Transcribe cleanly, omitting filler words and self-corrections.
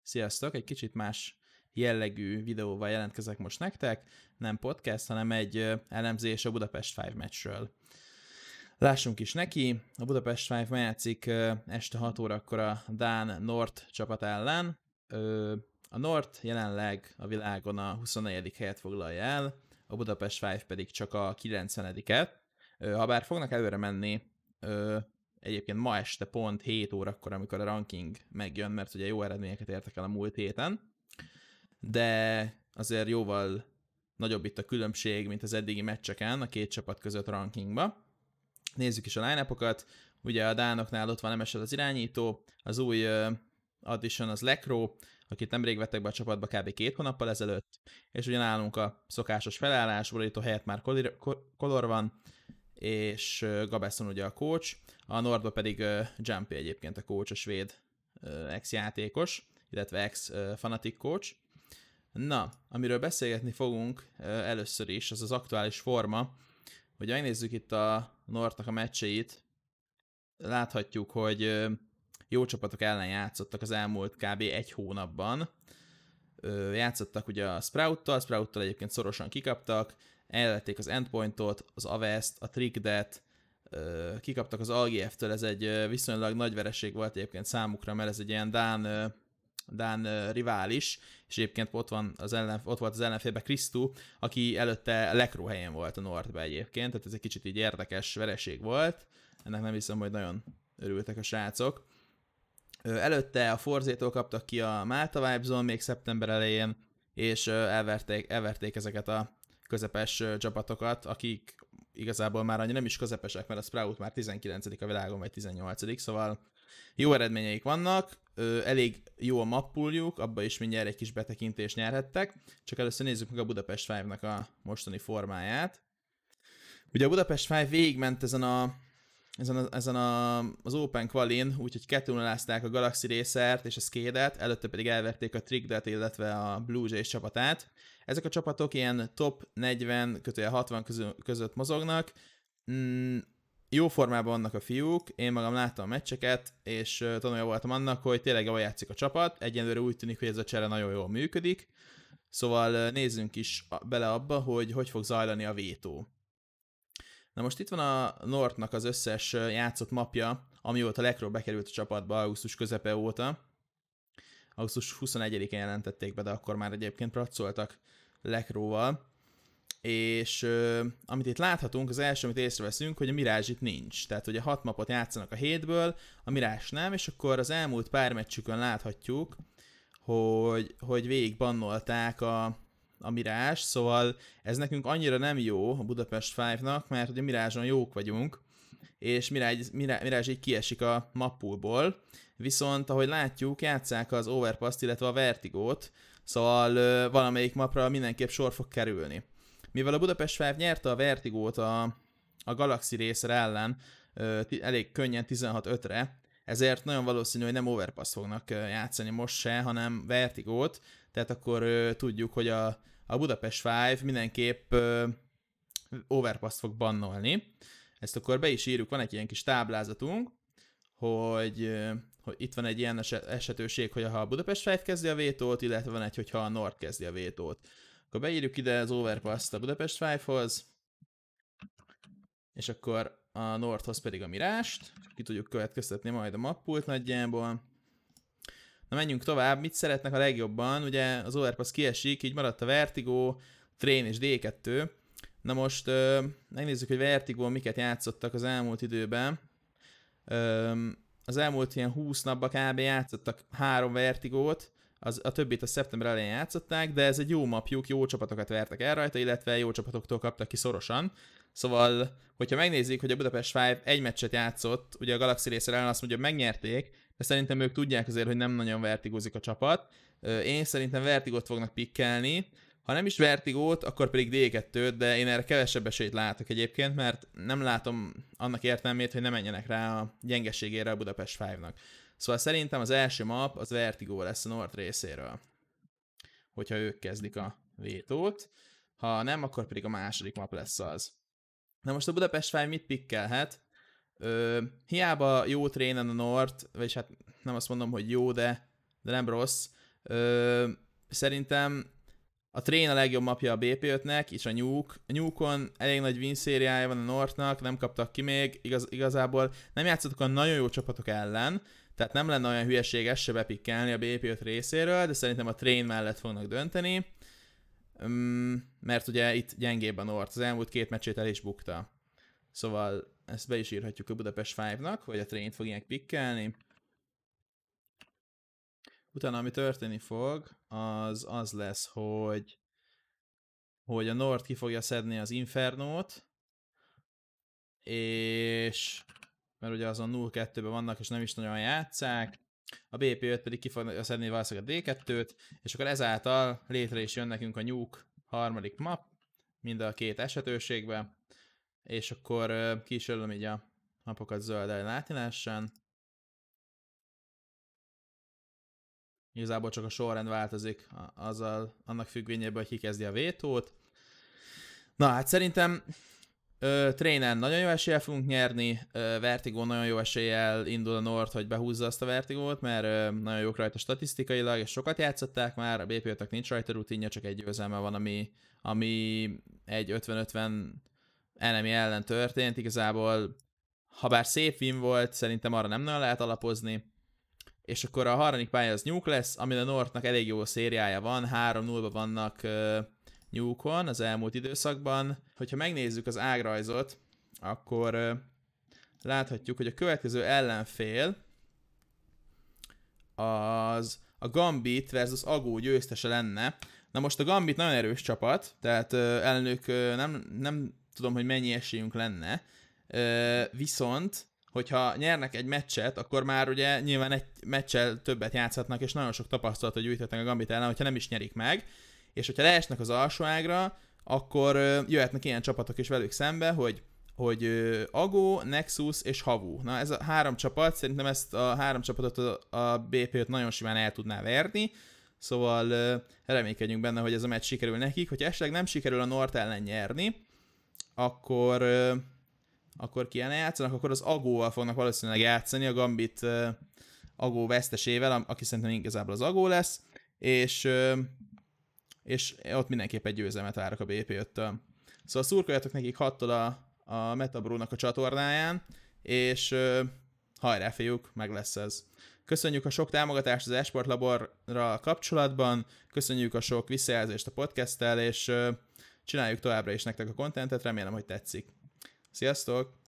Sziasztok! Egy kicsit más jellegű videóval jelentkezek most nektek, nem podcast, hanem egy elemzés a Budapest 5 meccsről. Lássunk is neki, a Budapest 5 ma játszik este 6 órakor a Dán Nort csapat ellen. A Nort jelenleg a világon a 24. helyet foglalja el, a Budapest 5 pedig csak a 90-et. Habár fognak előre menni, egyébként ma este pont 7 órakor, amikor a ranking megjön, mert ugye jó eredményeket értek el a múlt héten, de azért jóval nagyobb itt a különbség, mint az eddigi meccseken a két csapat között rankingba. Nézzük is a line-upokat. Ugye a dánoknál ott van MSL az irányító, az új addition az Lekro, akit nemrég vettek be a csapatba kb. 2 hónappal ezelőtt, és ugye nálunk a szokásos felállás, borító helyett már Color van, és Gabesson ugye a coach, a Nordba pedig Jumpy egyébként a coach, a svéd ex-játékos, illetve ex-fanatic coach. Na, amiről beszélgetni fogunk először is, az az aktuális forma. Hogy megnézzük itt a Nordnak a meccseit, láthatjuk, hogy jó csapatok ellen játszottak az elmúlt kb. 1 hónapban. Játszottak ugye a Sprout-tal egyébként szorosan kikaptak, elvették az Endpointot, az Avest, a Trickdet, kikaptak az AGF-től, ez egy viszonylag nagy vereség volt egyébként számukra, mert ez egy ilyen Dán rivális, és egyébként ott volt az ellenfélben Krisztú, aki előtte Lekro helyen volt a Nordba egyébként, tehát ez egy kicsit így érdekes vereség volt, ennek nem hiszem, hogy nagyon örültek a srácok. Előtte a Forzétól kaptak ki a Malta Vibes-on még szeptember elején, és elverték ezeket a közepes csapatokat, akik igazából már annyira nem is közepesek, mert a Sprout már 19. a világon, vagy 18. Szóval jó eredményeik vannak, elég jó a mappuljuk, abba is mindjárt egy kis betekintést nyerhettek, csak először nézzük meg a Budapest 5-nak a mostani formáját. Ugye a Budapest 5 végigment ezen az Open Qualin, úgyhogy 2-0-ázták a Galaxy Racert és a Skate-et, előtte pedig elverték a Trickdet, illetve a Blue Jays csapatát. Ezek a csapatok ilyen top 40-60 között mozognak. Jó formában vannak a fiúk, én magam láttam a meccseket, és tanulja voltam annak, hogy tényleg jól játszik a csapat, egyenlőre úgy tűnik, hogy ez a csere nagyon jól működik, szóval nézzünk is bele abba, hogy fog zajlani a vétó. Na most itt van a Nordnak az összes játszott mapja, amióta Lekro bekerült a csapatba augusztus közepe óta. Augusztus 21-én jelentették be, de akkor már egyébként pracoltak Lekróval. És amit itt láthatunk, az első, amit észreveszünk, hogy a Mirage itt nincs. Tehát ugye 6 mapot játszanak a 7-ből, a Mirage nem, és akkor az elmúlt pár meccsükön láthatjuk, hogy végig bannolták a Mirage, szóval ez nekünk annyira nem jó a Budapest 5-nak, mert ugye Mirage-on jók vagyunk, és Mirage így kiesik a mappoolból, viszont ahogy látjuk, játsszák az Overpass-t, illetve a Vertigót, szóval valamelyik mapra mindenképp sor fog kerülni. Mivel a Budapest 5 nyerte a Vertigót a Galaxy Racer ellen elég könnyen 16-5-re, ezért nagyon valószínű, hogy nem Overpass fognak játszani most se, hanem Vertigót, tehát akkor tudjuk, hogy a Budapest 5 mindenképp Overpass fog bannolni. Ezt akkor be is írjuk, van egy ilyen kis táblázatunk, hogy itt van egy ilyen esetőség, hogy ha a Budapest 5 kezdi a vétót, illetve van egy, hogyha a Nord kezdi a vétót. Akkor beírjuk ide az Overpass-t a Budapest 5-hoz, és akkor a Nordhoz pedig a Mirage-t, ki tudjuk következtetni majd a mappult nagyjából. Na menjünk tovább, mit szeretnek a legjobban, ugye az Overpass kiesik, így maradt a Vertigo, Train és D2. Na most megnézzük, hogy Vertigo miket játszottak az elmúlt időben. Az elmúlt ilyen 20 napban kb. Játszottak 3 Vertigót, a többit a szeptember elején játszották, de ez egy jó mapjuk, jó csapatokat vertek el rajta, illetve jó csapatoktól kaptak ki szorosan. Szóval, hogyha megnézik, hogy a Budapest 5 egy meccset játszott, ugye a Galaxy Racer ellen azt mondja, hogy megnyerték, de szerintem ők tudják azért, hogy nem nagyon vertigózik a csapat. Én szerintem Vertigót fognak pikkelni, ha nem is Vertigót, akkor pedig D2-t, de én erre kevesebb esélyt látok egyébként, mert nem látom annak értelmét, hogy ne menjenek rá a gyengeségére a Budapest 5-nak. Szóval szerintem az első map az Vertigo lesz a Nord részéről, hogyha ők kezdik a vétót. Ha nem, akkor pedig a második map lesz az. Na most a Budapest 5 mit pikkelhet? Hiába jó trénen a Nord, vagyis hát nem azt mondom, hogy jó, de nem rossz. Szerintem a Train a legjobb mapja a BP5-nek, és a Nuke. A Nuke-on elég nagy win szériája van a Northnak, nem kaptak ki még, igazából nem játszottak a nagyon jó csapatok ellen, tehát nem lenne olyan hülyeség ezt se bepikkelni a BP5 részéről, de szerintem a Train mellett fognak dönteni, mert ugye itt gyengébb a North, az elmúlt 2 meccsét el is bukta. Szóval ezt be is írhatjuk a Budapest 5-nak, hogy a Train-t fogják pikkelni. Utána, ami történni fog, az lesz, hogy a North ki fogja szedni az Infernót, és mert ugye azon 0-2-ben vannak, és nem is nagyon játszák, a BP5 pedig ki fogja szedni valószínűleg a D2-t, és akkor ezáltal létre is jön nekünk a Nuke harmadik map, mind a 2 esetőségbe, és akkor ki is jelölöm így a mapokat zöldel látni lehessen. Igazából csak a sorrend változik annak függvényében, hogy ki kezdi a vétót. Na hát szerintem Trainen nagyon jó eséllyel fogunk nyerni, Vertigo nagyon jó eséllyel indul a North, hogy behúzza azt a Vertigót, mert nagyon jók rajta statisztikailag, és sokat játszották már, a BP5-nek nincs rajta rutinja, csak egy győzelme van, ami egy 50-50 enemy ellen történt. Igazából, ha bár szép win volt, szerintem arra nem nagyon lehet alapozni. És akkor a harmadik pálya az Nuke lesz, amin a Northnak elég jó szériája van, 3-0-ban vannak Nuke-on az elmúlt időszakban. Hogyha megnézzük az ágrajzot, akkor láthatjuk, hogy a következő ellenfél az a Gambit versus Agó győztese lenne. Na most a Gambit nagyon erős csapat, tehát ellenük nem tudom, hogy mennyi esélyünk lenne, viszont hogyha nyernek egy meccset, akkor már ugye nyilván egy meccsel többet játszhatnak, és nagyon sok tapasztalatot gyűjthetnek a Gambit ellen, hogyha nem is nyerik meg. És hogyha leesnek az alsó ágra, akkor jöhetnek ilyen csapatok is velük szembe, hogy Agó, Nexus és Havu. Na ez a 3 csapat, szerintem ezt a 3 csapatot a BP5 nagyon simán el tudná verni, szóval reménykedjünk benne, hogy ez a meccs sikerül nekik. Hogyha esetleg nem sikerül a North ellen nyerni, akkor ki ellen játszanak, akkor az Agóval fognak valószínűleg játszani, a Gambit Agó vesztesével, aki szerintem igazából az Agó lesz, és ott mindenképp egy győzelmet várok a BP5-től. Szóval szurkoljatok nekik 6-tól a Metabro-nak a csatornáján, és hajrá fiúk, meg lesz ez. Köszönjük a sok támogatást az eSport Laborra kapcsolatban, köszönjük a sok visszajelzést a podcasttel, és csináljuk továbbra is nektek a kontentet, remélem, hogy tetszik. Sziasztok!